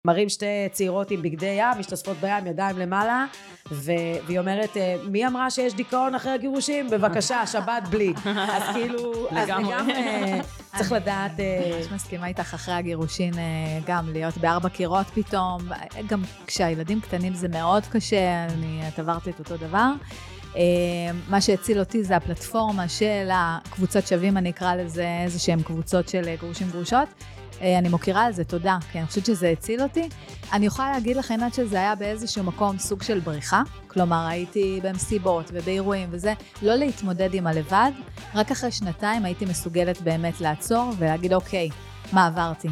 מראים שתי צעירות עם בגדי ים, משתספות בים, ידיים למעלה, והיא אומרת, מי אמרה שיש דיכאון אחרי הגירושים? בבקשה, שבת בלי. אז כאילו, לגמרי. צריך לדעת... ממש מסכימה איתך אחרי הגירושין, גם להיות בארבע קירות פתאום, גם כשהילדים קטנים זה מאוד קשה, את עברת את אותו דבר. מה שהציל אותי זה הפלטפורמה של הקבוצות שווים, אני אקרא לזה איזה שהן קבוצות של גרושים גרושות, אני מוכירה על זה, תודה, כי אני חושבת שזה הציל אותי. אני יכולה להגיד לך, עינת, שזה היה באיזשהו מקום סוג של בריחה, כלומר, הייתי במסיבות ובאירועים וזה, לא להתמודד עם הלבד, רק אחרי שנתיים הייתי מסוגלת באמת לעצור ולהגיד, אוקיי, מה עברתי?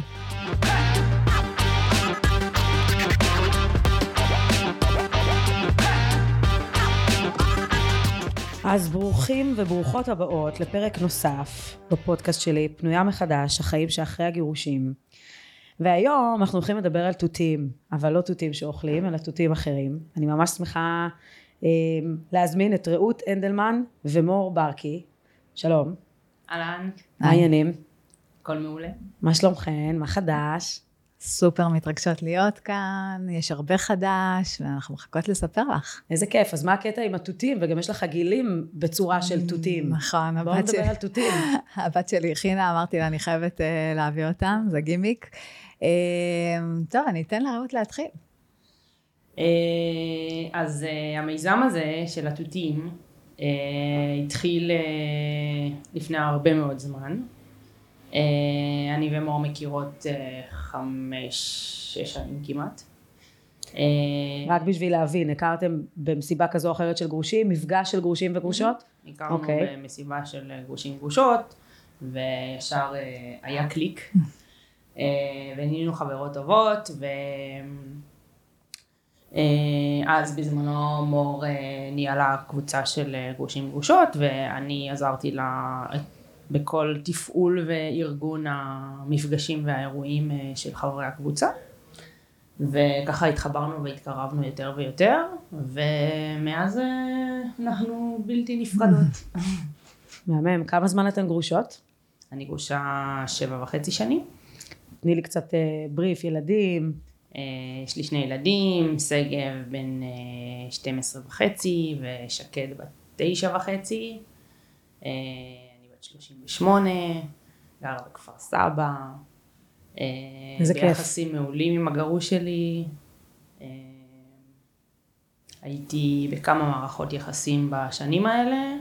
אז ברוכים וברוכות הבאות לפרק נוסף בפודקאסט שלי, פנויה מחדש, החיים שאחרי הגירושים. והיום אנחנו הולכים לדבר על תותים, אבל לא תותים שאוכלים, אלא תותים אחרים. אני ממש שמחה להזמין את רעות אנדלמן ומור ברקי. שלום. אהלן. מה העניינים? הכל מעולה. מה שלומכן? מה חדש? סופר מתרגשות להיות כאן, יש הרבה חדש, ואנחנו מחכות לספר לך. איזה כיף, אז מה הקטע עם התותים? וגם יש לך גילים בצורה של תותים. נכון. בואו נדבר על תותים. הבת שלי הכינה, אמרתי לה, אני חייבת להביא אותם, זה גימיק. טוב, אני אתן לרעות להתחיל. אז המיזם הזה של התותים התחיל לפני הרבה מאוד זמן. אני ומור מכירות 5-6 שנים כמעט. רק בשביל להבין, הכרתם במסיבה כזו או אחרת של גרושים, מפגש של גרושים וגרושות? הכרנו במסיבה של גרושים וגרושות, וישר היה קליק, ונהיינו חברות טובות, ואז בזמנו מור ניהלה קבוצה של גרושים וגרושות, ואני עזרתי לה בכל תפעול וארגון המפגשים והאירועים של חברי הקבוצה. וככה התחברנו והתקרבנו יותר ויותר, ומאז אנחנו בלתי נפרדות. מהמם, כמה זמן אתן גרושות? אני גרושה 7.5 שנים. תני לי קצת בריף, ילדים. יש לי 2 ילדים, שגב בן 12.5 ושקד בת 9.5. אני בת 38, גרה בכפר סבא. איזה כיף. ביחסים מעולים עם הגרוש שלי. הייתי בכמה מערכות יחסים בשנים האלה,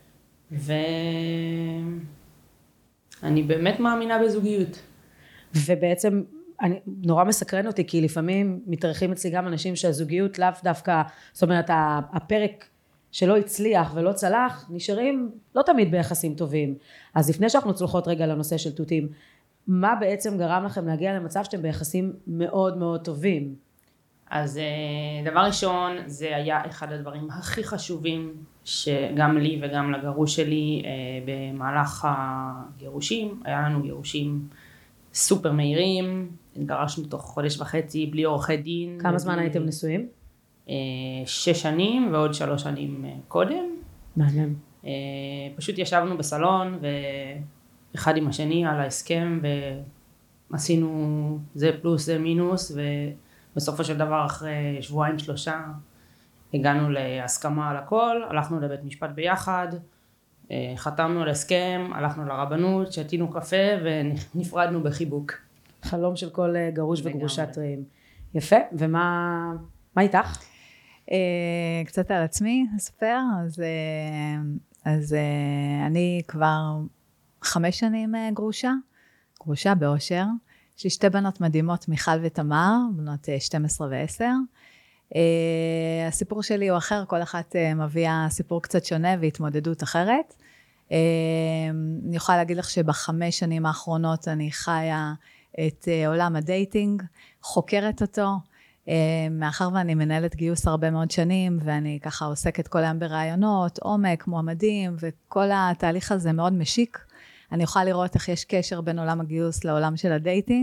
ואני באמת מאמינה בזוגיות. ובעצם נורא מסקרן אותי, כי לפעמים מתארחים אצלי גם אנשים שהזוגיות לאו דווקא, זאת אומרת הפרק שלא הצליח ולא צלח, נשארים לא תמיד ביחסים טובים. אז לפני שאנחנו צלחות רגע לנושא של תותים, מה בעצם גרם לכם להגיע למצב שאתם ביחסים מאוד מאוד טובים? אז דבר ראשון, זה היה אחד הדברים הכי חשובים שגם לי וגם לגרוש שלי במהלך הגירושים. היה לנו גירושים סופר מהירים, התגרשנו תוך 1.5 חודש בלי עורכי דין. כמה זמן הייתם נשואים? 6 שנים ועוד 3 שנים קודם. מעניין. פשוט ישבנו בסלון ואחד עם השני על ההסכם ועשינו זה פלוס זה מינוס, ובסופו של דבר אחרי 2-3 הגענו להסכמה על הכל, הלכנו לבית משפט ביחד, חתמנו על הסכם, הלכנו לרבנות, שתינו קפה ונפרדנו בחיבוק. חלום של כל גרוש וגרושה טריים. יפה, ומה איתך? קצת על עצמי אספר, אז אני כבר 5 שנים גרושה באושר. יש לי 2 בנות מדהימות, מיכל ותמר, בנות 12 ו10. הסיפור שלי הוא אחר, כל אחת מביאה סיפור קצת שונה והתמודדות אחרת. אני יכולה להגיד לך שב5 שנים האחרונות אני חיה את עולם הדייטינג, חוקרת אותו, מאחר ואני מנהלת גיוס הרבה מאוד שנים, ואני ככה עוסקת כל היום ברעיונות, עומק, מועמדים, וכל התהליך הזה מאוד משיק. אני יכולה לראות איך יש קשר בין עולם הגיוס לעולם של הדייטינג,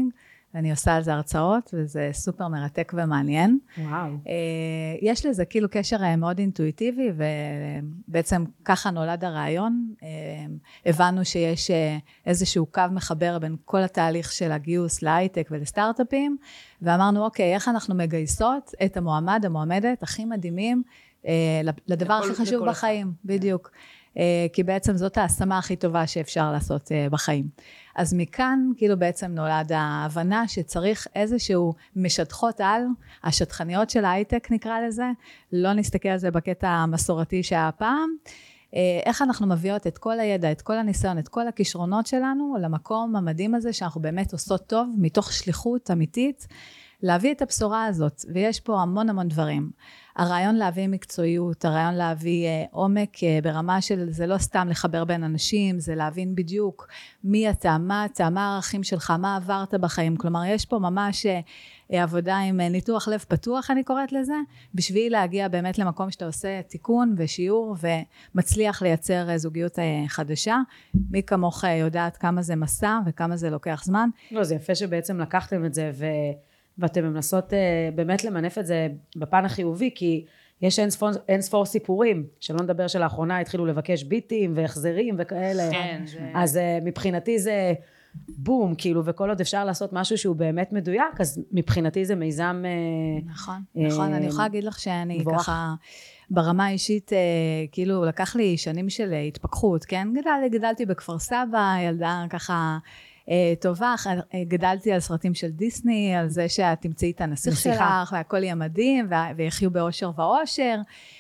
אני עושה על זה הרצאות, וזה סופר מרתק ומעניין. וואו. יש לזה כאילו קשר מאוד אינטואיטיבי, ובעצם ככה נולד הרעיון. הבנו שיש איזשהו קו מחבר בין כל התהליך של הגיוס להייטק ולסטארט-אפים, ואמרנו, אוקיי, איך אנחנו מגייסות את המועמדת הכי מדהימים, לדבר הכי חשוב בחיים, בדיוק. כי בעצם זאת ההשמה הכי טובה שאפשר לעשות בחיים. אז מכאן כאילו בעצם נולד ההבנה שצריך איזשהו משטחות על, השטחניות של ההייטק נקרא לזה, לא נסתכל על זה בקטע המסורתי שהיה פעם, איך אנחנו מביאות את כל הידע, את כל הניסיון, את כל הכישרונות שלנו למקום המדהים הזה שאנחנו באמת עושות טוב, מתוך שליחות אמיתית, להביא את הבשורה הזאת, ויש פה המון המון דברים. הרעיון להביא מקצועיות, הרעיון להביא עומק ברמה של, זה לא סתם לחבר בין אנשים, זה להבין בדיוק מי אתה, מה אתה, מה הערכים שלך, מה עברת בחיים. כלומר, יש פה ממש עבודה עם ניתוח לב פתוח, אני קוראת לזה, בשביל להגיע באמת למקום שאתה עושה תיקון ושיעור, ומצליח לייצר זוגיות חדשה. מי כמוך יודעת כמה זה מסע, וכמה זה לוקח זמן. לא, זה יפה שבעצם לקחתם את זה, ואתם מנסות באמת למנף את זה בפן החיובי, כי יש אין ספור סיפורים, שלא נדבר שלאחרונה התחילו לבקש ביטים והחזרים וכאלה. כן. אז מבחינתי זה בום, כאילו, וכל עוד אפשר לעשות משהו שהוא באמת מדויק, אז מבחינתי זה מיזם נכון, נכון, אני יכולה להגיד לך שאני ככה, ברמה האישית, כאילו, לקח לי שנים של התפכחות, כן? גדלתי בכפר סבא, ילדה ככה, טובה, גדלתי על סרטים של דיסני, על זה שאת תמצאי את הנסיך שלך, והכל יהיה מדהים, ויחיו באושר ואושר,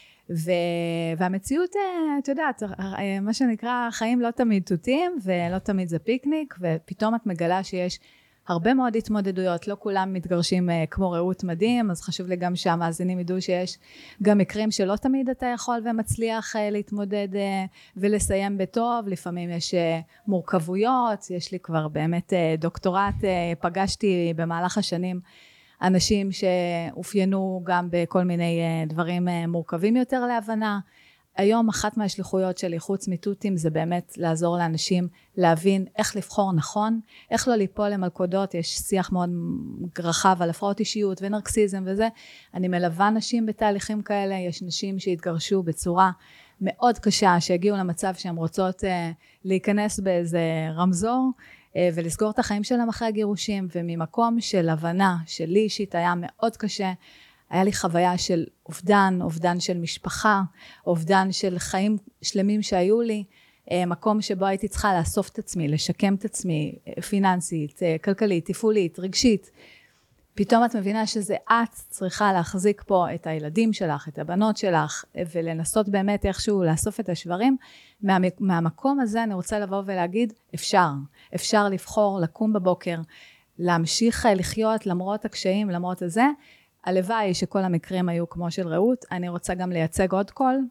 והמציאות, את יודעת, מה שנקרא, חיים לא תמיד תותים, ולא תמיד זה פיקניק, ופתאום את מגלה שיש הרבה מאוד התמודדויות, לא כולם מתגרשים כמו רעות מדהים, אז חשוב לי גם שהמאזינים ידעו שיש גם מקרים שלא תמיד אתה יכול ומצליח להתמודד ולסיים בטוב, לפעמים יש מורכבויות, יש לי כבר באמת דוקטורט, פגשתי במהלך השנים אנשים שאופיינו גם בכל מיני דברים מורכבים יותר להבנה. היום אחת מהשליחויות שלי חוץ מתותים זה באמת לעזור לאנשים להבין איך לבחור נכון, איך לא ליפול למלכודות, יש שיח מאוד רחב על הפרעות אישיות ונרקסיזם וזה, אני מלווה נשים בתהליכים כאלה, יש נשים שהתגרשו בצורה מאוד קשה, שהגיעו למצב שהן רוצות להיכנס באיזה רמזור, ולסגור את החיים שלהם אחרי הגירושים, וממקום של הבנה שלי אישית היה מאוד קשה, היה לי חוויה של אובדן של משפחה, אובדן של חיים שלמים שהיו לי, מקום שבו הייתי צריכה לאסוף את עצמי, לשקם את עצמי, פיננסית, כלכלית, תפעולית, רגשית. פתאום את מבינה שזה את צריכה להחזיק פה את הילדים שלך, את הבנות שלך, ולנסות באמת איכשהו לאסוף את השברים. מהמקום הזה אני רוצה לבוא ולהגיד, אפשר לבחור, לקום בבוקר, להמשיך לחיות למרות הקשיים, למרות הזה, הלוואי שכל המקרים היו כמו של רעות, אני רוצה גם לייצג עוד קול,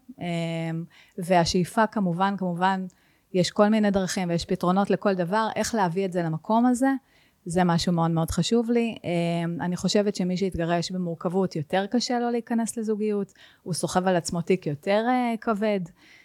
והשאיפה כמובן, יש כל מיני דרכים ויש פתרונות לכל דבר, איך להביא את זה למקום הזה, זה משהו מאוד מאוד חשוב לי, אני חושבת שמי שהתגרש במורכבות יותר קשה לו להיכנס לזוגיות, הוא סוחב על עצמו תיק יותר כבד,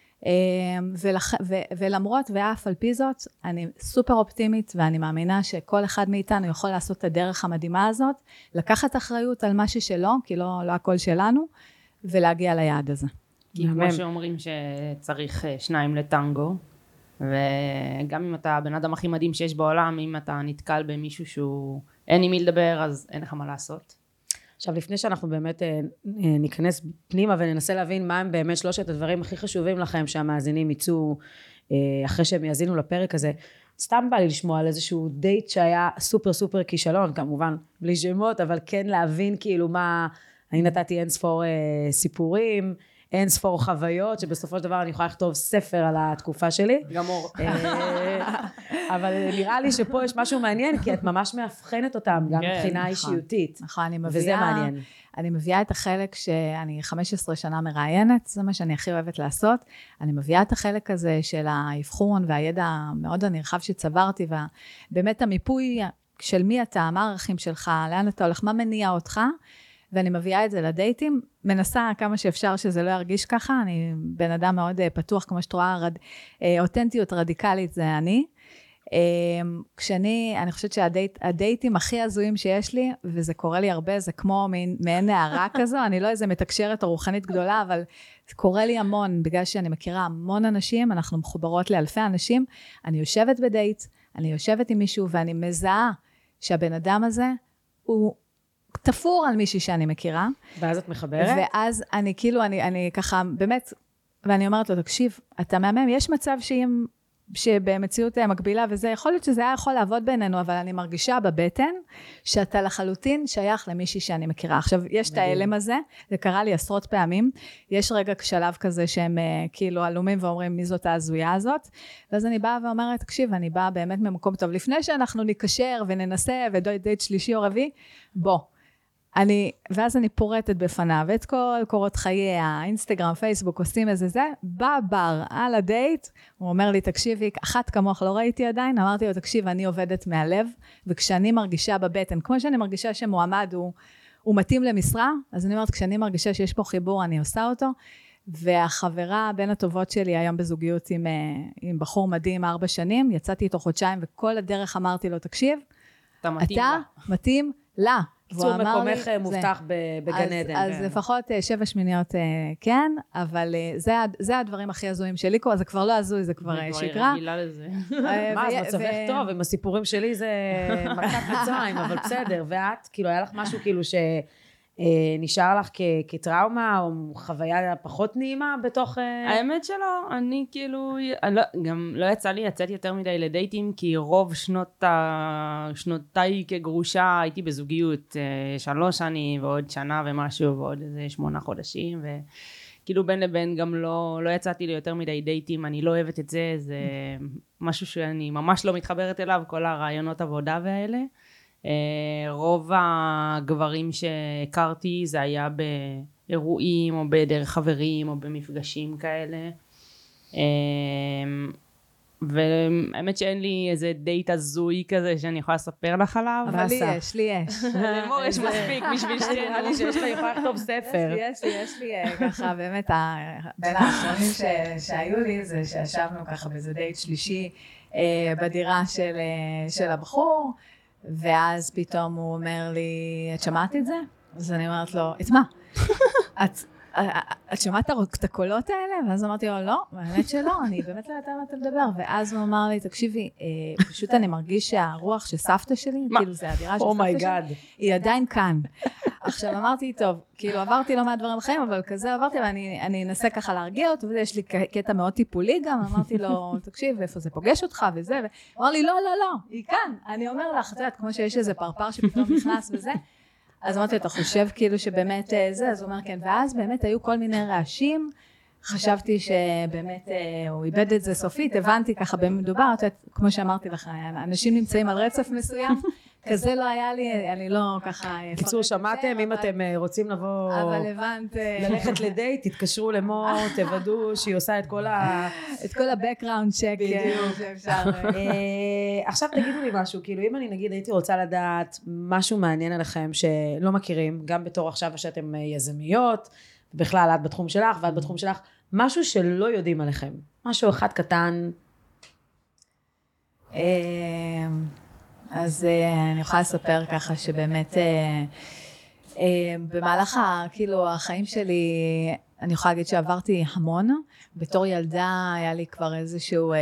ולמרות ואף על פי זאת, אני סופר אופטימית, ואני מאמינה שכל אחד מאיתנו יכול לעשות את הדרך המדהימה הזאת, לקחת אחריות על משהו שלו, כי לא הכל שלנו, ולהגיע ליעד הזה. כי כמו שאומרים שצריך שניים לטנגו, וגם אם אתה הבן אדם הכי מדהים שיש בעולם, אם אתה נתקל במישהו שהוא אין עם מי לדבר, אז אין לך מה לעשות. עכשיו, לפני שאנחנו באמת ניכנס פנימה וננסה להבין מה הם באמת שלושת הדברים הכי חשובים לכם שהמאזינים יצאו אחרי שהם יאזינו לפרק הזה, סתם בא לי לשמוע על איזשהו דייט שהיה סופר סופר כישלון, כמובן בלי שמות, אבל כן להבין כאילו מה, אני נתתי אין ספור סיפורים, אין ספור חוויות, שבסופו של דבר אני יכולה לכתוב ספר על התקופה שלי. גמור. אבל נראה לי שפה יש משהו מעניין, כי את ממש מאבחנת אותם, גם מבחינה אישיותית. נכון, וזה מעניין. אני מביאה את החלק שאני 15 שנה מראיינת, זה מה שאני הכי אוהבת לעשות. אני מביאה את החלק הזה של האבחון והידע המאוד הנרחב שצברתי, ובאמת המיפוי של מי אתה, מה הערכים שלך, לאן אתה הולך, מה מניע אותך, ואני מביאה את זה לדייטים, מנסה כמה שאפשר שזה לא ירגיש ככה, אני בן אדם מאוד פתוח, כמו שאת רואה, אותנטיות רדיקלית זה אני, אני חושבת שהדייטים הכי הזויים שיש לי, וזה קורה לי הרבה, זה כמו מעין נערה כזו, אני לא איזה מתקשרת או רוחנית גדולה, אבל זה קורה לי המון, בגלל שאני מכירה המון אנשים, אנחנו מחוברות לאלפי אנשים, אני יושבת בדייט, אני יושבת עם מישהו, ואני מזהה שהבן אדם הזה, הוא תפור על מישהי שאני מכירה. ואז את מחברת? ואז אני כאילו, אני ככה, באמת, ואני אומרת לו, תקשיב, אתה מהמם, יש מצב שבמציאות מקבילה, וזה יכול להיות שזה היה יכול לעבוד בינינו, אבל אני מרגישה בבטן, שאתה לחלוטין שייך למישהי שאני מכירה. עכשיו, יש את האלם הזה, זה קרה לי עשרות פעמים, יש רגע שלב כזה שהם כאילו עלומים ואומרים, מי זאת ההזויה הזאת? ואז אני באה ואומרת, תקשיב, אני באה באמת ממקום טוב, לפני שאנחנו ניקשר וננסה, ודייט שלישי או רביעי, בוא. ואז אני פורטת בפניו את כל קורות חייה, אינסטגרם, פייסבוק, עושים איזה זה, בבר על הדייט, הוא אומר לי, תקשיבי, אחת כמוך לא ראיתי עדיין, אמרתי לו, תקשיב, אני עובדת מהלב, וכשאני מרגישה בבטן, כמו שאני מרגישה שמועמד הוא מתאים למשרה, אז אני אומרת, כשאני מרגישה שיש פה חיבור, אני עושה אותו, והחברה בין הטובות שלי היום בזוגיות עם בחור מדהים 4 שנים, יצאתי איתו חודשיים, וכל הדרך אמרתי לו, תקשיב, אתה מתאים לה. קיצור מקומך מובטח בגן עדן. אז לפחות 7/8 כן, אבל זה הדברים הכי הזויים שלי, אז זה כבר לא הזוי, זה כבר שגרה. אני רגילה לזה. מה, אז מצבך טוב, עם הסיפורים שלי זה מכת מצרים, אבל בסדר. ואת, כאילו, היה לך משהו כאילו שנשאר לך כטראומה, או חוויה פחות נעימה בתוך... האמת שלא, אני כאילו, גם לא יצא לי לצאת יותר מדי לדייטים, כי רוב שנותיי כגרושה הייתי בזוגיות 3 שנים, ועוד שנה ומשהו, ועוד איזה 8 חודשים, וכאילו בין לבין גם לא יצאתי לי יותר מדי דייטים, אני לא אוהבת את זה, זה משהו שאני ממש לא מתחברת אליו, כל הרעיונות עבודה והאלה. רוב הגברים שהכרתי זה היה באירועים או בדרך חברים או במפגשים כאלה, והאמת שאין לי איזה דייט הזוי כזה שאני יכולה לספר לך עליו. אבל לי יש. למור יש מספיק בשביל נראה לי שיש לה יכולה לכתוב ספר. יש לי ככה באמת, בין האחרונים שהיו לי זה שישבנו ככה באיזה דייט שלישי בדירה של הבחור, ואז פתאום הוא אומר לי, את שמעת את זה? אז אני אומרת לו, את מה? את שמעת את הקולות האלה? ואז אמרתי לו, לא, באמת שלא, אני באמת לא יודעת מה אתה מדבר. ואז הוא אמר לי, תקשיבי, פשוט אני מרגיש שהרוח של סבתא שלי, כאילו זה הדירה של סבתא שלי, היא עדיין כאן. עכשיו אמרתי, טוב, כאילו עברתי לא מהדברים בחיים, אבל כזה עברתי, ואני אנסה ככה להרגיע אותו, ויש לי קטע מאוד טיפולי גם, אמרתי לו, תקשיב, איפה זה פוגש אותך וזה, ואמר לי, לא, היא כאן. אני אומר לך, את יודעת, כמו שיש איזה פרפר שפתאום נכנס וזה, אז אמרתי, אתה חושב כאילו שבאמת זה, אז הוא אומר כן, ואז באמת היו כל מיני רעשים, חשבתי שבאמת הוא איבד את זה סופית, הבנתי ככה במדובר, כמו שאמרתי לך, אנשים נמצאים על רצף מסוים, כזה לא היה לי, אני לא ככה... קיצור, שמעתם, אם אתם רוצים לבוא... אבל הבנת... ללכת לדייט, תתקשרו למור, תוודאו שהיא עושה את כל ה-background check. בדיוק. עכשיו תגידו לי משהו, כאילו אם אני נגיד הייתי רוצה לדעת משהו מעניין עליכם שלא מכירים, גם בתור עכשיו שאתם יזמיות, בכלל את בתחום שלך ואת בתחום שלך, משהו שלא יודעים עליכם, משהו אחד קטן. אז אני יכולה לספר ככה שבאמת במהלך כאילו החיים שלי אני יכולה להגיד שעברתי המון, בתור ילדה היה לי כבר איזשהו,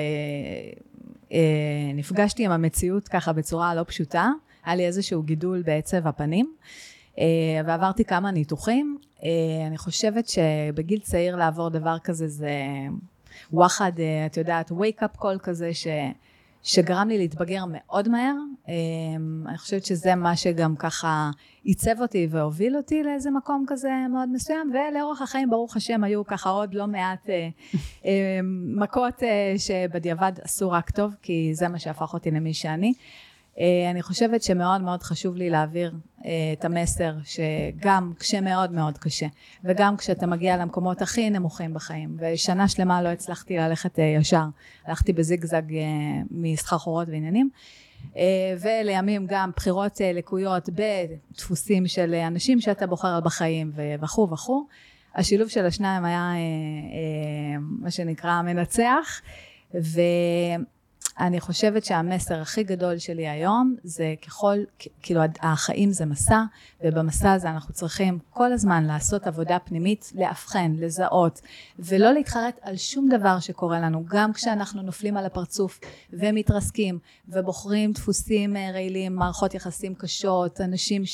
נפגשתי עם המציאות ככה בצורה לא פשוטה, היה לי איזשהו גידול בעצב הפנים, ועברתי כמה ניתוחים, אני חושבת שבגיל צעיר לעבור דבר כזה זה וואחד, את יודעת, wake up call כזה שגרם לי להתבגר מאוד מהר, אני חושבת שזה מה שגם ככה ייצב אותי והוביל אותי לאיזה מקום כזה מאוד מסוים, ולאורך החיים ברוך השם היו ככה עוד לא מעט מכות שבדיעבד עשו רק טוב, כי זה מה שהפך אותי למי שאני. אני חושבת שמאוד מאוד חשוב לי להעביר את המסר שגם כשמאוד מאוד קשה, וגם כשאתה מגיע למקומות הכי נמוכים בחיים, ושנה שלמה לא הצלחתי ללכת ישר, הלכתי בזיגזג מסחרחורות ועניינים, ולימים גם בחירות לקויות בדפוסים של אנשים שאתה בוחר בחיים וכו' וכו'. השילוב של השניים היה מה שנקרא מנצח, אני חושבת שהמסר הכי גדול שלי היום, זה כאילו החיים זה מסע, ובמסע הזה אנחנו צריכים כל הזמן לעשות עבודה פנימית, להבחן, לזהות, ולא להתחרט על שום דבר שקורה לנו, גם כשאנחנו נופלים על הפרצוף, ומתרסקים, ובוחרים דפוסים רעילים, מערכות יחסים קשות,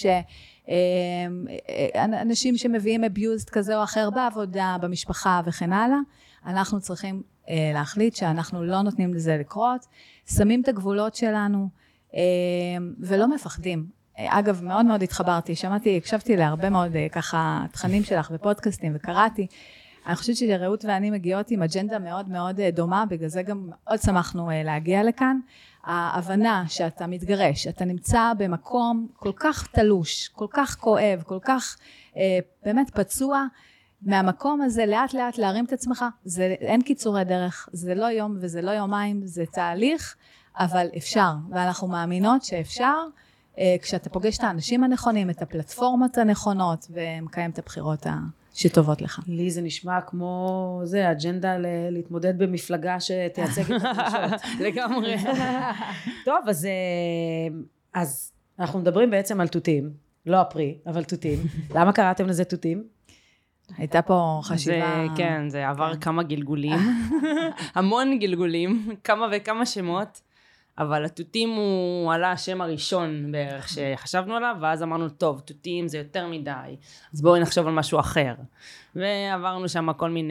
אנשים שמביאים abused כזה או אחר בעבודה, במשפחה וכן הלאה, אנחנו צריכים להחליט שאנחנו לא נותנים לזה לקרות, שמים את הגבולות שלנו ולא מפחדים. אגב, מאוד מאוד התחברתי, הקשבתי להרבה מאוד ככה תכנים שלך בפודקאסטים וקראתי. אני חושבת שרעות ואני מגיעות עם אג'נדה מאוד מאוד דומה, בגלל זה גם מאוד שמחנו להגיע לכאן. ההבנה שאתה מתגרש, אתה נמצא במקום כל כך תלוש, כל כך כואב, כל כך באמת פצוע, מהמקום הזה לאט לאט להרים את עצמך, אין קיצורי דרך, זה לא יום וזה לא יומיים, זה תהליך, אבל אפשר, ואנחנו מאמינות שאפשר, כשאתה פוגש את האנשים הנכונים, את הפלטפורמות הנכונות, ומקיים את הבחירות שטובות לך. לי זה נשמע כמו זה, אג'נדה להתמודד במפלגה שתייצג את הדרישות. לגמרי. טוב, אז אנחנו מדברים בעצם על תותים, לא הפרי, אבל תותים. למה קראתם לזה תותים? הייתה פה חשיבה... כן, זה עבר כמה גלגולים, המון גלגולים, כמה וכמה שמות, אבל התותים הוא עלה השם הראשון בערך שחשבנו עליו, ואז אמרנו, טוב, תותים זה יותר מדי, אז בואו נחשוב על משהו אחר. ועברנו שם כל מיני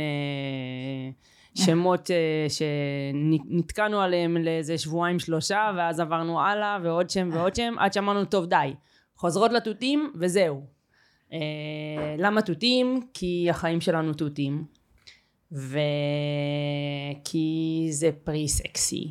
שמות שנתקענו עליהם לאיזה 2-3 שבועות, ואז עברנו הלאה ועוד שם ועוד שם, עד שאמרנו, טוב, די, חוזרות לתותים וזהו. למה תותים? כי החיים שלנו תותים, וכי זה פרי סקסי,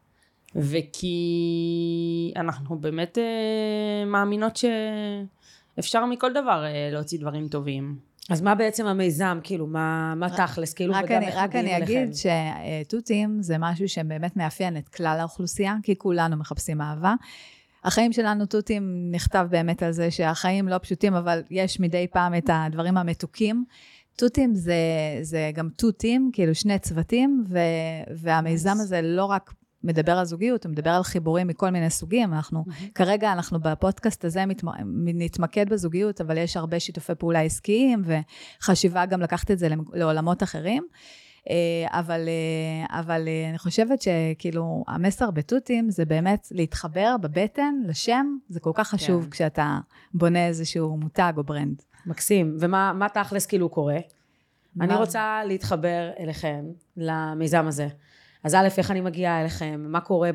וכי אנחנו באמת מאמינות שאפשר מכל דבר להוציא דברים טובים. אז מה בעצם המיזם, כאילו, מה תכלס, כאילו, רק אני אגיד שתותים זה משהו שבאמת מאפיין את כלל האוכלוסייה, כי כולנו מחפשים אהבה. החיים שלנו תותים נכתב באמת על זה שהחיים לא פשוטים, אבל יש מדי פעם את הדברים המתוקים. תותים זה גם תותים, כאילו שני צוותים, והמיזם הזה לא רק מדבר על זוגיות, הוא מדבר על חיבורים מכל מיני סוגים. כרגע אנחנו בפודקאסט הזה נתמקד בזוגיות, אבל יש הרבה שיתופי פעולה עסקיים, וחשיבה גם לקחת את זה לעולמות אחרים. אבל אני חושבת שכאילו המסר בתותים זה באמת להתחבר בבטן לשם, זה כל כך חשוב כשאתה בונה איזשהו מותג או ברנד. מקסים, ומה תכלס כאילו קורה? אני רוצה להתחבר אליכם, למיזם הזה. אז א', איך אני מגיעה אליכם, מה קורה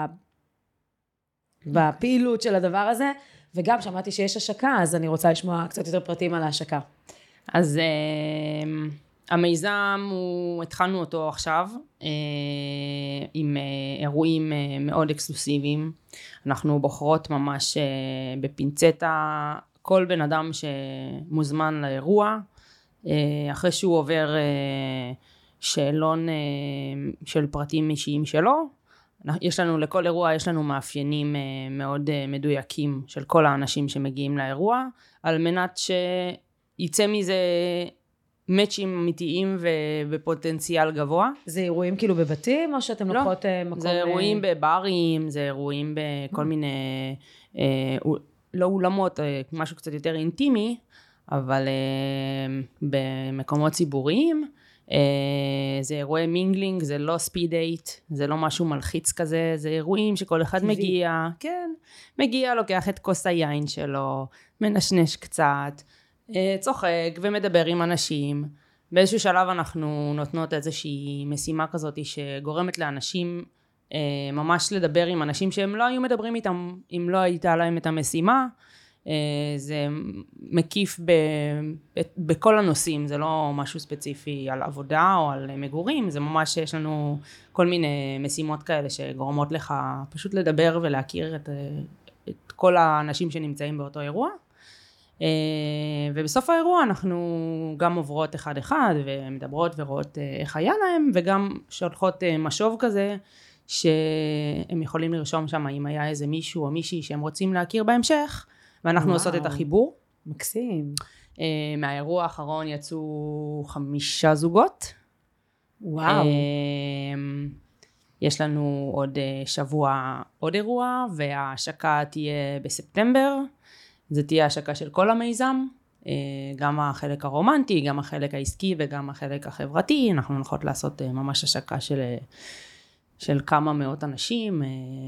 בפעילות של הדבר הזה, וגם שמעתי שיש השקה, אז אני רוצה לשמוע קצת יותר פרטים על ההשקה. אז המיזם, התחלנו אותו עכשיו, עם אירועים מאוד אקסקלוסיביים. אנחנו בוחרות ממש בפינצטה, כל בן אדם שמוזמן לאירוע, אחרי שהוא עובר שאלון של פרטים אישיים שלו, יש לנו, לכל אירוע יש לנו מאפיינים מאוד מדויקים של כל האנשים שמגיעים לאירוע, על מנת שיצא מזה מאצ'ים אמיתיים ובפוטנציאל גבוה. זה אירועים כאילו בבתים, או שאתם לוקחות מקום? זה אירועים בברים, זה אירועים בכל מיני, לא אולמות, משהו קצת יותר אינטימי, אבל במקומות ציבוריים, זה אירועי מינגלינג, זה לא ספיד דייט, זה לא משהו מלחיץ כזה, זה אירועים שכל אחד מגיע, כן, מגיע, לוקח את כוס היין שלו, מנשנש קצת, צוחק ומדבר עם אנשים. באיזשהו שלב אנחנו נותנות איזושהי משימה כזאת שגורמת לאנשים ממש לדבר עם אנשים שהם לא היו מדברים איתם אם לא הייתה להם את המשימה. זה מקיף בכל הנושאים, זה לא משהו ספציפי על עבודה או על מגורים, זה ממש יש לנו כל מיני משימות כאלה שגורמות לך פשוט לדבר ולהכיר את כל האנשים שנמצאים באותו אירוע. ובסוף האירוע אנחנו גם עוברות אחד אחד ומדברות ורואות איך היה להם, וגם שולחות משוב כזה שהם יכולים לרשום שם אם היה איזה מישהו או מישהי שהם רוצים להכיר בהמשך, ואנחנו עושות את החיבור. מקסים. מהאירוע האחרון יצאו 5 זוגות. וואו. יש לנו עוד שבוע עוד אירוע, וההשקה תהיה בספטמבר. זה תהיה השקה של כל המיזם, גם החלק הרומנטי, גם החלק העסקי וגם החלק החברתי. אנחנו הולכות לעשות ממש השקה של כמה מאות אנשים,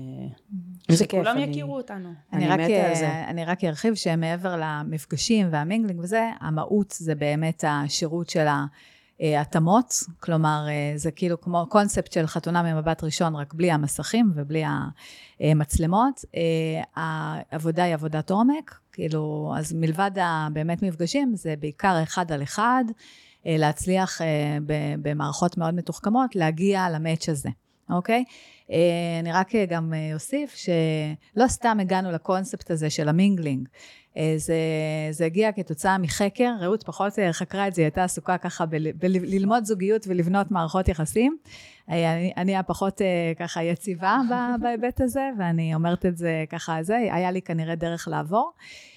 שכולם יכירו אותנו. אני רק ארחיב שמעבר למפגשים והמינגלינג וזה, המהות זה באמת השירות של ההתאמות, כלומר זה כאילו כמו קונספט של חתונה ממבט ראשון, רק בלי המסכים ובלי המצלמות, העבודה היא עבודת עומק, כאילו אז מלבד באמת מפגשים, זה בעיקר אחד על אחד, להצליח במערכות מאוד מתוחכמות, להגיע למאץ' הזה. אוקיי? אני רק גם אוסיף שלא סתם הגענו לקונספט הזה של המינגלינג. זה הגיע כתוצאה מחקר, רעות פחות חקרה את זה, היא הייתה עסוקה ככה ללמוד זוגיות ולבנות מערכות יחסים. אני הפחות ככה יציבה בהיבט הזה, ואני אומרת את זה ככה, היה לי כנראה דרך לעבור.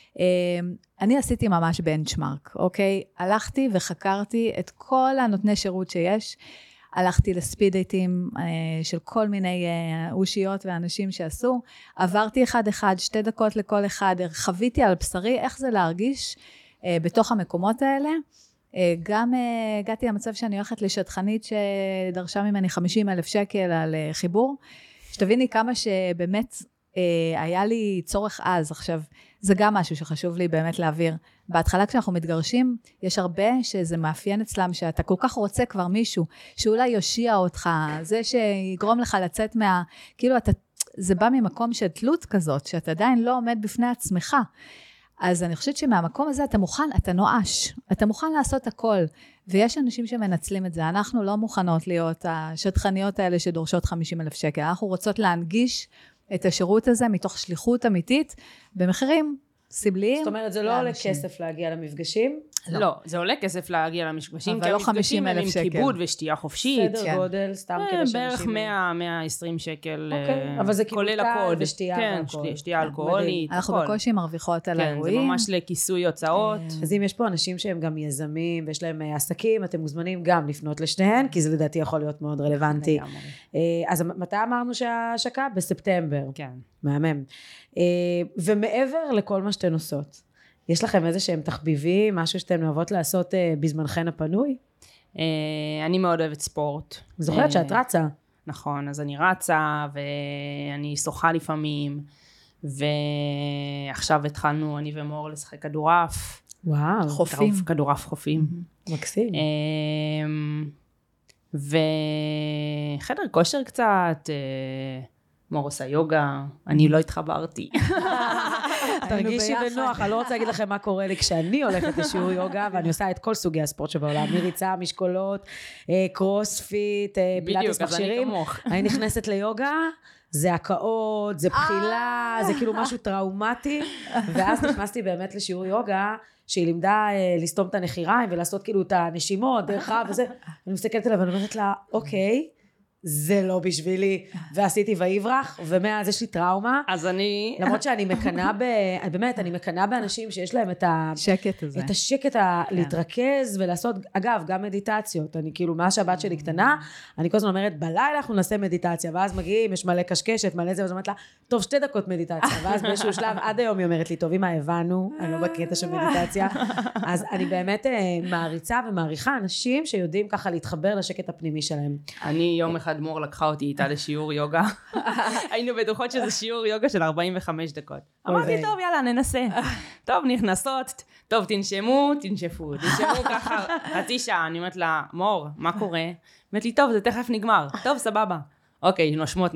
אני עשיתי ממש בנצ'מרק, אוקיי? הלכתי וחקרתי את כל הנותני שירות שיש, הלכתי לספיד דייטים של כל מיני אושיות ואנשים שעשו, עברתי אחד, 2 דקות לכל אחד, חוויתי על בשרי איך זה להרגיש בתוך המקומות האלה, גם הגעתי למצב שאני הולכת לשטחנית שדרשה ממני 50,000 שקל על חיבור, שתביני כמה שבאמת היה לי צורך אז. עכשיו, זה גם משהו שחשוב לי באמת להעביר. בהתחלה כשאנחנו מתגרשים, יש הרבה שזה מאפיין אצלם, שאתה כל כך רוצה כבר מישהו, שאולי יושיע אותך, זה שיגרום לך לצאת כאילו זה בא ממקום של תלות כזאת, שאתה עדיין לא עומד בפני עצמך. אז אני חושבת שמהמקום הזה אתה נואש, אתה מוכן לעשות הכל, ויש אנשים שמנצלים את זה. אנחנו לא מוכנות להיות השטחניות האלה שדורשות 50,000 שקל, אנחנו רוצות להנגיש את השירות הזה מתוך שליחות אמיתית, במחירים סבליים. זאת אומרת, זה לא עולה כסף להגיע למפגשים? לא, זה עולה כסף להגיע למפגשים, אבל לא 50,000 שקל. עם כיבוד ושתייה חופשית. סדר גודל, סתם כדי שאנשים... בערך 120 שקל, אבל זה כיבוד קל ושתייה ואלכוהול. כן, שתייה אלכוהולית. אנחנו בקושי מרוויחות על האירועים. כן, זה ממש לכיסוי הוצאות. אז אם יש פה אנשים שהם גם יזמים, ויש להם עסקים, אתם מוזמנים גם לפנות לשניהם, כי זה לדעתי יכול להיות מאוד רלוונטי. אז מתי אמרנו שההשקה? בספטמבר. כן. מהמם. ומעבר לכל מה שאתן עושות, יש לכם איזה שהם תחביבים, משהו שאתן אוהבות לעשות בזמנכן הפנוי? אני מאוד אוהבת ספורט. זוכרת שאת רצה. נכון, אז אני רצה, ואני שוחה לפעמים, ועכשיו התחלנו, אני ומור, לשחק כדורעף. וואו. חופים. כדורעף חופים. מקסים. וחדר כושר קצת, מור עושה יוגה, אני לא התחברתי. תרגישי בנוח, אני לא רוצה להגיד לכם מה קורה לי כשאני הולכת לשיעור יוגה, ואני עושה את כל סוגי הספורט שבעולם, מריצה, משקולות, קרוספיט, פילאטיס מכשירים. אני נכנסת ליוגה, זה הקאות, זה בחילה, זה כאילו משהו טראומטי, ואז נכנסתי באמת לשיעור יוגה, שהיא לימדה לסתום את הנחיריים, ולעשות כאילו את הנשימות, דרך וזה, אני מסתכלת עליו, ואני אומרת לה, אוקיי, זה לא בשבילי, ועשיתי ויברח, ומאז יש לי טראומה. אז אני... למרות שאני מקנה באמת, אני מקנה באנשים שיש להם את השקט הזה. את השקט להתרכז ולעשות, אגב, גם מדיטציות. אני כאילו, מאז שהבת שלי קטנה, אני כל הזמן אומרת, בלילה אנחנו נעשה מדיטציה, ואז מגיעים, יש מלא קשקשת, מלא זה, ואז אומרת לה, טוב, 2 דקות מדיטציה, ואז באיזשהו שלב, עד היום היא אומרת לי, טוב, אמא, הבנו, אני לא בקטע של מדיטציה, אז אני באמת מעריצה ומעריכה אנשים שיודעים ככה להתחבר לשקט הפנימי שלהם. אני יום אחד מור לקחה אותי איתה לשיעור יוגה. היינו בטוחות שזה שיעור יוגה של 45 דקות. אמרתי, טוב, יאללה, ננסה. טוב, נכנסות, טוב, תנשמו ככה, חצי שעה. אני אומרת לה, מור, מה קורה? אומרת לי, טוב, זה תכף נגמר. טוב, סבבה. אוקיי, נושמות.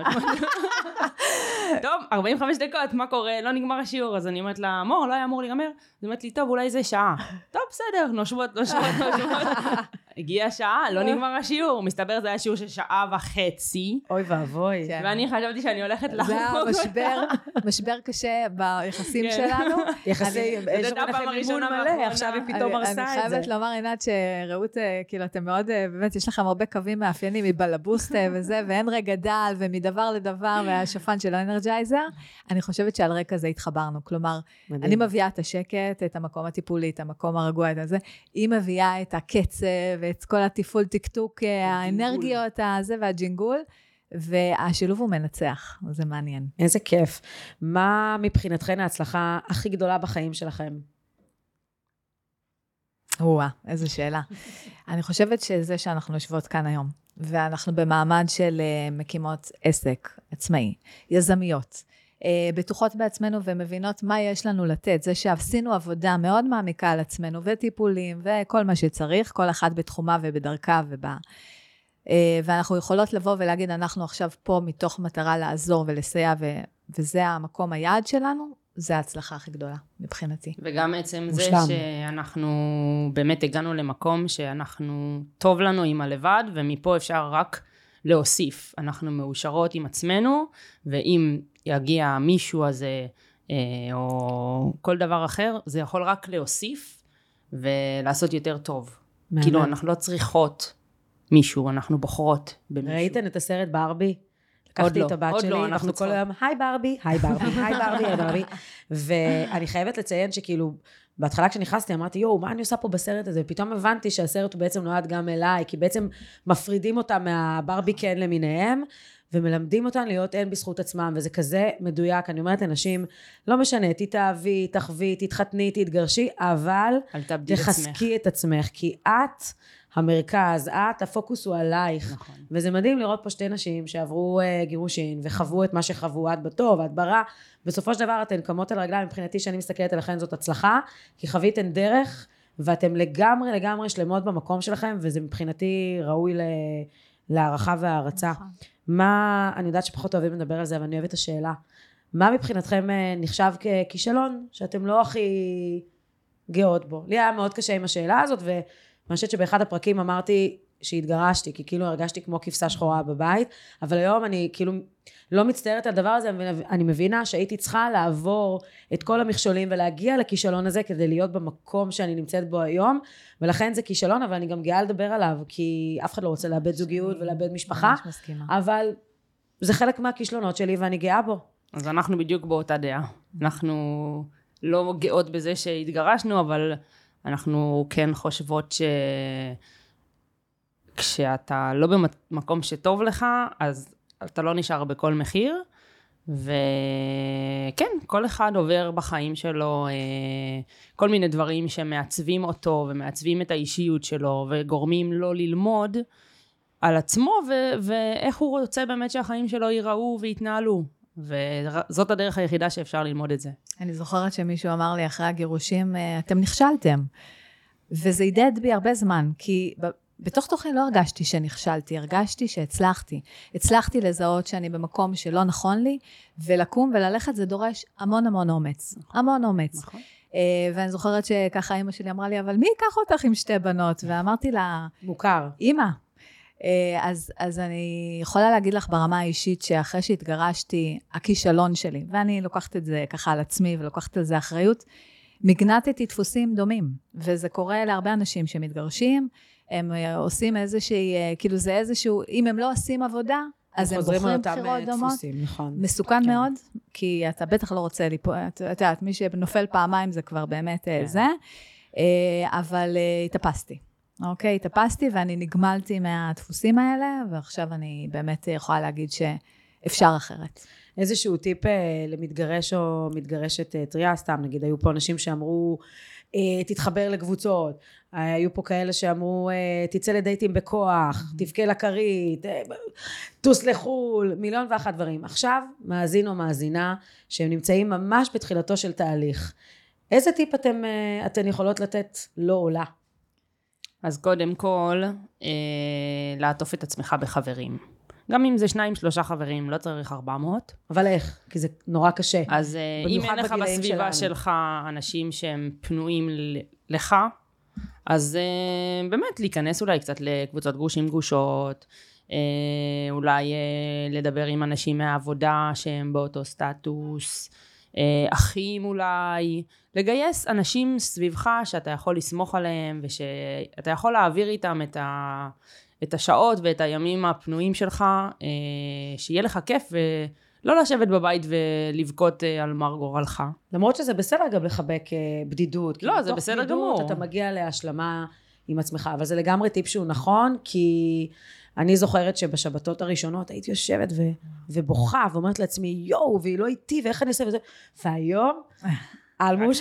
טוב, 45 דקות, מה קורה? לא נגמר השיעור, אז אני אומרת לה, מור, לא היה אמור להיגמר. אז אומרת לי, טוב, אולי זה שעה. טוב, בסדר, נושמות. הגיעה שעה, לא נגמר השיעור. מסתבר, זה היה שיעור של 1.5 שעה. אוי ואבוי. ואני חשבתי שאני הולכת לחוק. זה משבר קשה ביחסים שלנו. יחסי, יש לכם מימון מלא, עכשיו היא פתאום הרסה את זה. אני חייבת לומר, עינת, שרעות, כאילו, אתם מאוד, באמת, יש לכם הרבה קווים מאפיינים מבלבוסט וזה, ואין רגע דל, ומדבר לדבר, והשפן של האנרג'ייזר. אני חושבת שעל רקע זה התחברנו. כלומר, אני מביאה את השקט, את המקום הטיפולי, את המקום הרגוע, את הזה. היא מביאה את הקצב, את כל הטיפול, טקטוק, האנרגיות הזה והג'ינגול, והשילוב הוא מנצח, זה מעניין. איזה כיף. מה מבחינתכן ההצלחה הכי גדולה בחיים שלכם? איזו שאלה. אני חושבת שזה שאנחנו יושבות כאן היום, ואנחנו במעמד של מקימות עסק עצמאי, יזמיות, בטוחות בעצמנו ומבינות מה יש לנו לתת. זה שעשינו עבודה מאוד מעמיקה על עצמנו, וטיפולים וכל מה שצריך, כל אחד בתחומה ובדרכה ואנחנו יכולות לבוא ולהגיד, אנחנו עכשיו פה מתוך מטרה לעזור ולסייע, וזה המקום היעד שלנו, זה ההצלחה הכי גדולה מבחינתי. וגם עצם זה שאנחנו באמת הגענו למקום שאנחנו טוב לנו עם הלבד, ומפה אפשר רק להוסיף. אנחנו מאושרות עם עצמנו, ואם יגיע מישהו הזה, או כל דבר אחר, זה יכול רק להוסיף, ולעשות יותר טוב. כאילו אנחנו לא צריכות מישהו, אנחנו בוחרות במישהו. ראיתן את הסרט ברבי? לקחתי את הבת שלי, אנחנו כל היום, היי ברבי, היי ברבי, היי ברבי, היי ברבי, ואני חייבת לציין שכאילו, בהתחלה כשנכנסתי אמרתי, מה אני עושה פה בסרט הזה? ופתאום הבנתי שהסרט הוא בעצם נועד גם אליי, כי בעצם מפרידים אותם מהברבי כן למיניהם, ומלמדים אותם להיות אין בזכות עצמם, וזה כזה מדויק. אני אומרת לנשים, לא משנה, תתאהבי, תחווי, תתחתני, תתגרשי, אבל תחזקי את עצמך, כי את המרכז, הפוקוס הוא עלייך. נכון. וזה מדהים לראות פה שתי נשים שעברו גירושין, וחוו את מה שחוו, את בטוב, את ברע. בסופו של דבר אתן קמות על הרגליים, מבחינתי שאני מסתכלת עליכן זאת הצלחה, כי חוויתן דרך, ואתם לגמרי שלמות במקום שלכם, וזה מבחינתי ראוי להערכה והערצה. מה, אני יודעת שפחות אוהבים לדבר על זה, אבל אני אוהבת את השאלה. מה מבחינתכם נחשב ככישלון, שאתם לא הכי גאות בו? לי היה מאוד קשה עם השאלה הזאת, ואני חושבת שבאחד הפרקים אמרתי שהתגרשתי, כי כאילו הרגשתי כמו כבשה שחורה בבית, אבל היום אני כאילו לא מצטערת על הדבר הזה, אני מבינה שהייתי צריכה לעבור את כל המכשולים, ולהגיע לכישלון הזה, כדי להיות במקום שאני נמצאת בו היום, ולכן זה כישלון, אבל אני גם גאה לדבר עליו, כי אף אחד לא רוצה לאבד זוגיות ולאבד משפחה, אבל זה חלק מהכישלונות שלי, ואני גאה בו. אז אנחנו בדיוק באותה דעה. אנחנו לא גאות בזה שהתגרשנו, אבל אנחנו כן חושבות כשאתה לא במקום שטוב לך, אז אתה לא נשאר בכל מחיר, וכן, כל אחד עובר בחיים שלו כל מיני דברים שמעצבים אותו, ומעצבים את האישיות שלו, וגורמים לו ללמוד על עצמו, ואיך הוא רוצה באמת שהחיים שלו ייראו ויתנהלו. וזאת הדרך היחידה שאפשר ללמוד את זה. אני זוכרת שמישהו אמר לי אחרי הגירושים, אתם נכשלתם. וזה ידד בי הרבה זמן, כי בתוך תוכי לא הרגשתי שנכשלתי, הרגשתי שהצלחתי. הצלחתי לזהות שאני במקום שלא נכון לי, ולקום וללכת זה דורש המון אומץ. המון אומץ. נכון. ואני זוכרת שככה אמא שלי אמרה לי, אבל מי ייקח אותך עם שתי בנות? ואמרתי לה, מוכר. אמא. אז אני יכולה להגיד לך ברמה האישית, שאחרי שהתגרשתי, הכישלון שלי, ואני לוקחת את זה ככה על עצמי, ולוקחת על זה אחריות, מגנטתי דפוסים דומים. וזה קורה להרבה אנשים שמתגרשים, הם עושים איזושהי, כאילו זה איזשהו, אם הם לא עושים עבודה, אז הם בוחרים בחירות דומות. נכון. מסוכן כן. מאוד, כי אתה בטח לא רוצה ליפול, אתה יודעת, מי שנופל פעמיים זה כבר באמת כן. זה, אבל התאפסתי. אוקיי, התאפסתי ואני נגמלתי מהדפוסים האלה, ועכשיו אני באמת יכולה להגיד שאפשר אחרת. איזשהו טיפ למתגרש או מתגרשת טריה, סתם נגיד, היו פה אנשים שאמרו, תתחבר לקבוצות, היו פה כאלה שאמרו, תצא לדייטים בכוח, תבכה לקרית, טוס לחול, מיליון ואחת דברים. עכשיו, מאזין או מאזינה, שהם נמצאים ממש בתחילתו של תהליך. איזה טיפ אתן יכולות לתת לא עולה? אז קודם כל, לעטוף את עצמך בחברים. גם אם זה 2-3 חברים, לא צריך 400. אבל איך? כי זה נורא קשה. אז אם אין לך בסביבה שלך אנשים שהם פנויים לך, אז באמת להיכנס אולי קצת לקבוצות גרושים גרושות, אולי לדבר עם אנשים מהעבודה שהם באותו סטטוס, אחים אולי, לגייס אנשים סביבך שאתה יכול לסמוך עליהם, ושאתה יכול להעביר איתם את השעות ואת הימים הפנויים שלך, שיהיה לך כיף ולא לשבת בבית ולבכות על מר גורלך. למרות שזה בסדר גם לחבק בדידות. לא, זה בסדר גמור. אתה מגיע להשלמה עם עצמך, אבל זה לגמרי טיפ שהוא נכון, כי אני זוכרת שבשבתות הראשונות הייתי יושבת ובוכה, ואומרת לעצמי, יואו, והיא לא איתי, ואיך אני עושה וזה, והיום, אלמוש,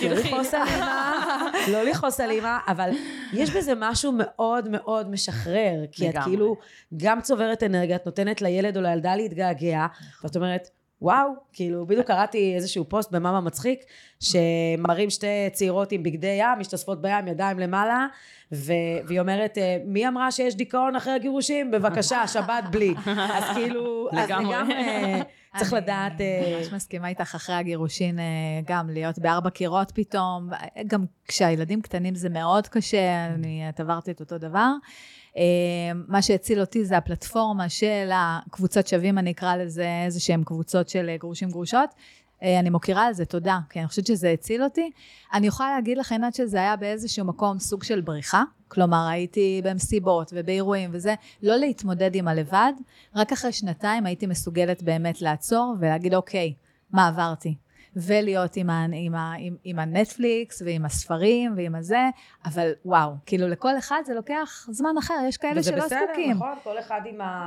לא לכעוס על אמא, אבל יש בזה משהו מאוד מאוד משחרר, כי את כאילו גם צוברת אנרגיה, את נותנת לילד או לילדה להתגעגע, ואת אומרת, וואו, כאילו בדיוק קראתי איזשהו פוסט במאמה מצחיק, שמראים שתי צעירות עם בגדי ים, משתספות בים, ידיים למעלה, והיא אומרת, מי אמרה שיש דיכאון אחרי הגירושים? בבקשה, שבת בלי. אז כאילו, אז גם צריך לדעת... אני ממש מסכימה איתך אחרי הגירושין, גם להיות בארבע קירות פתאום, גם כשהילדים קטנים זה מאוד קשה, אני עברתי את אותו דבר. מה שהציל אותי זה הפלטפורמה של הקבוצות שווים, אני אקרא לזה איזה שהן קבוצות של גרושים גרושות, אני מוכירה על זה, תודה, כי אני חושבת שזה הציל אותי. אני יכולה להגיד לך, עינת, שזה היה באיזשהו מקום סוג של בריחה, כלומר, הייתי במסיבות ובאירועים וזה, לא להתמודד עם הלבד, רק אחרי 2 הייתי מסוגלת באמת לעצור ולהגיד, אוקיי, מה עברתי? ולהיות עם הנטפליקס ועם הספרים ועם הזה, אבל וואו, כאילו לכל אחד זה לוקח זמן אחר, יש כאלה שלא זקוקים. וזה בסדר, נכון, כל אחד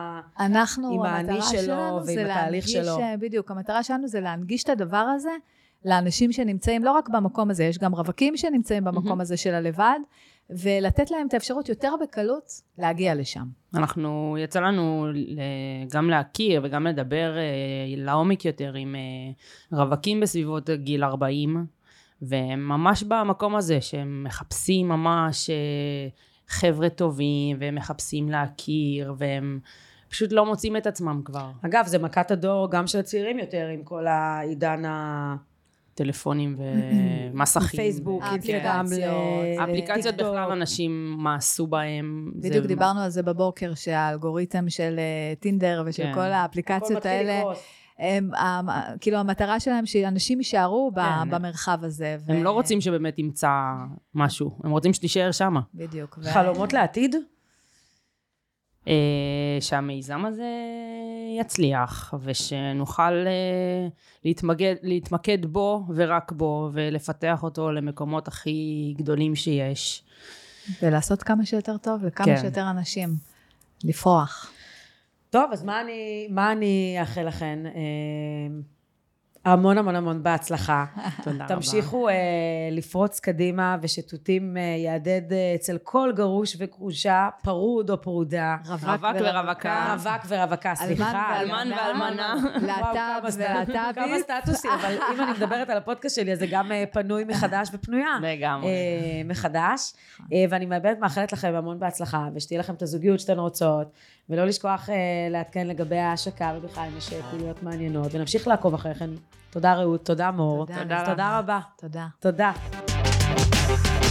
עם האני שלו ועם התהליך שלו. בדיוק, המטרה שלנו זה להנגיש את הדבר הזה לאנשים שנמצאים לא רק במקום הזה, יש גם רווקים שנמצאים במקום הזה של הלבד, ולתת להם את האפשרות יותר בקלות להגיע לשם. יצא לנו גם להכיר וגם לדבר לעומק יותר עם רווקים בסביבות גיל 40, וממש במקום הזה שהם מחפשים ממש חבר'ה טובים, והם מחפשים להכיר, והם פשוט לא מוצאים את עצמם כבר. אגב, זה מכת הדור גם של הצעירים יותר, עם כל העידן טלפונים ומסכים. פייסבוק, אינסטגרם, האפליקציות בכלל אנשים מעשו בהם. בדיוק דיברנו על זה בבוקר, שהאלגוריתם של טינדר ושל כל האפליקציות האלה, כאילו המטרה שלהם שאנשים יישארו במרחב הזה. הם לא רוצים שבאמת ימצא משהו, הם רוצים שתישאר שמה. בדיוק. חלומות לעתיד? שהמיזם הזה יצליח, ושנוכל להתמקד בו ורק בו, ולפתח אותו למקומות הכי גדולים שיש. ולעשות כמה שיותר טוב לכמה שיותר אנשים. לפרוח. טוב, אז מה אני אאחל לכן? המון המון המון בהצלחה. תודה רבה. תמשיכו לפרוץ קדימה, ושתותים יעדד אצל כל גרוש וגרושה, פרוד או פרודה. רווק ורווקה. רווק ורווקה, סליחה. אלמן ואלמנה. להט"ב ולהט"בית. כמה סטטוסים, אבל אם אני מדברת על הפודקאסט שלי, אז זה גם פנוי מחדש ופנויה. לגמרי. מחדש. ואני מאחלת לכם המון בהצלחה, ושתהיה לכם את הזוגיות שאתן רוצות, ולא לשכוח לעדכן לגבי ההשקה, ובכלל אם יש פעילויות מעניינות, ונמשיך לעקוב אחריכם. תודה רעות, תודה מור. תודה רבה. תודה. תודה.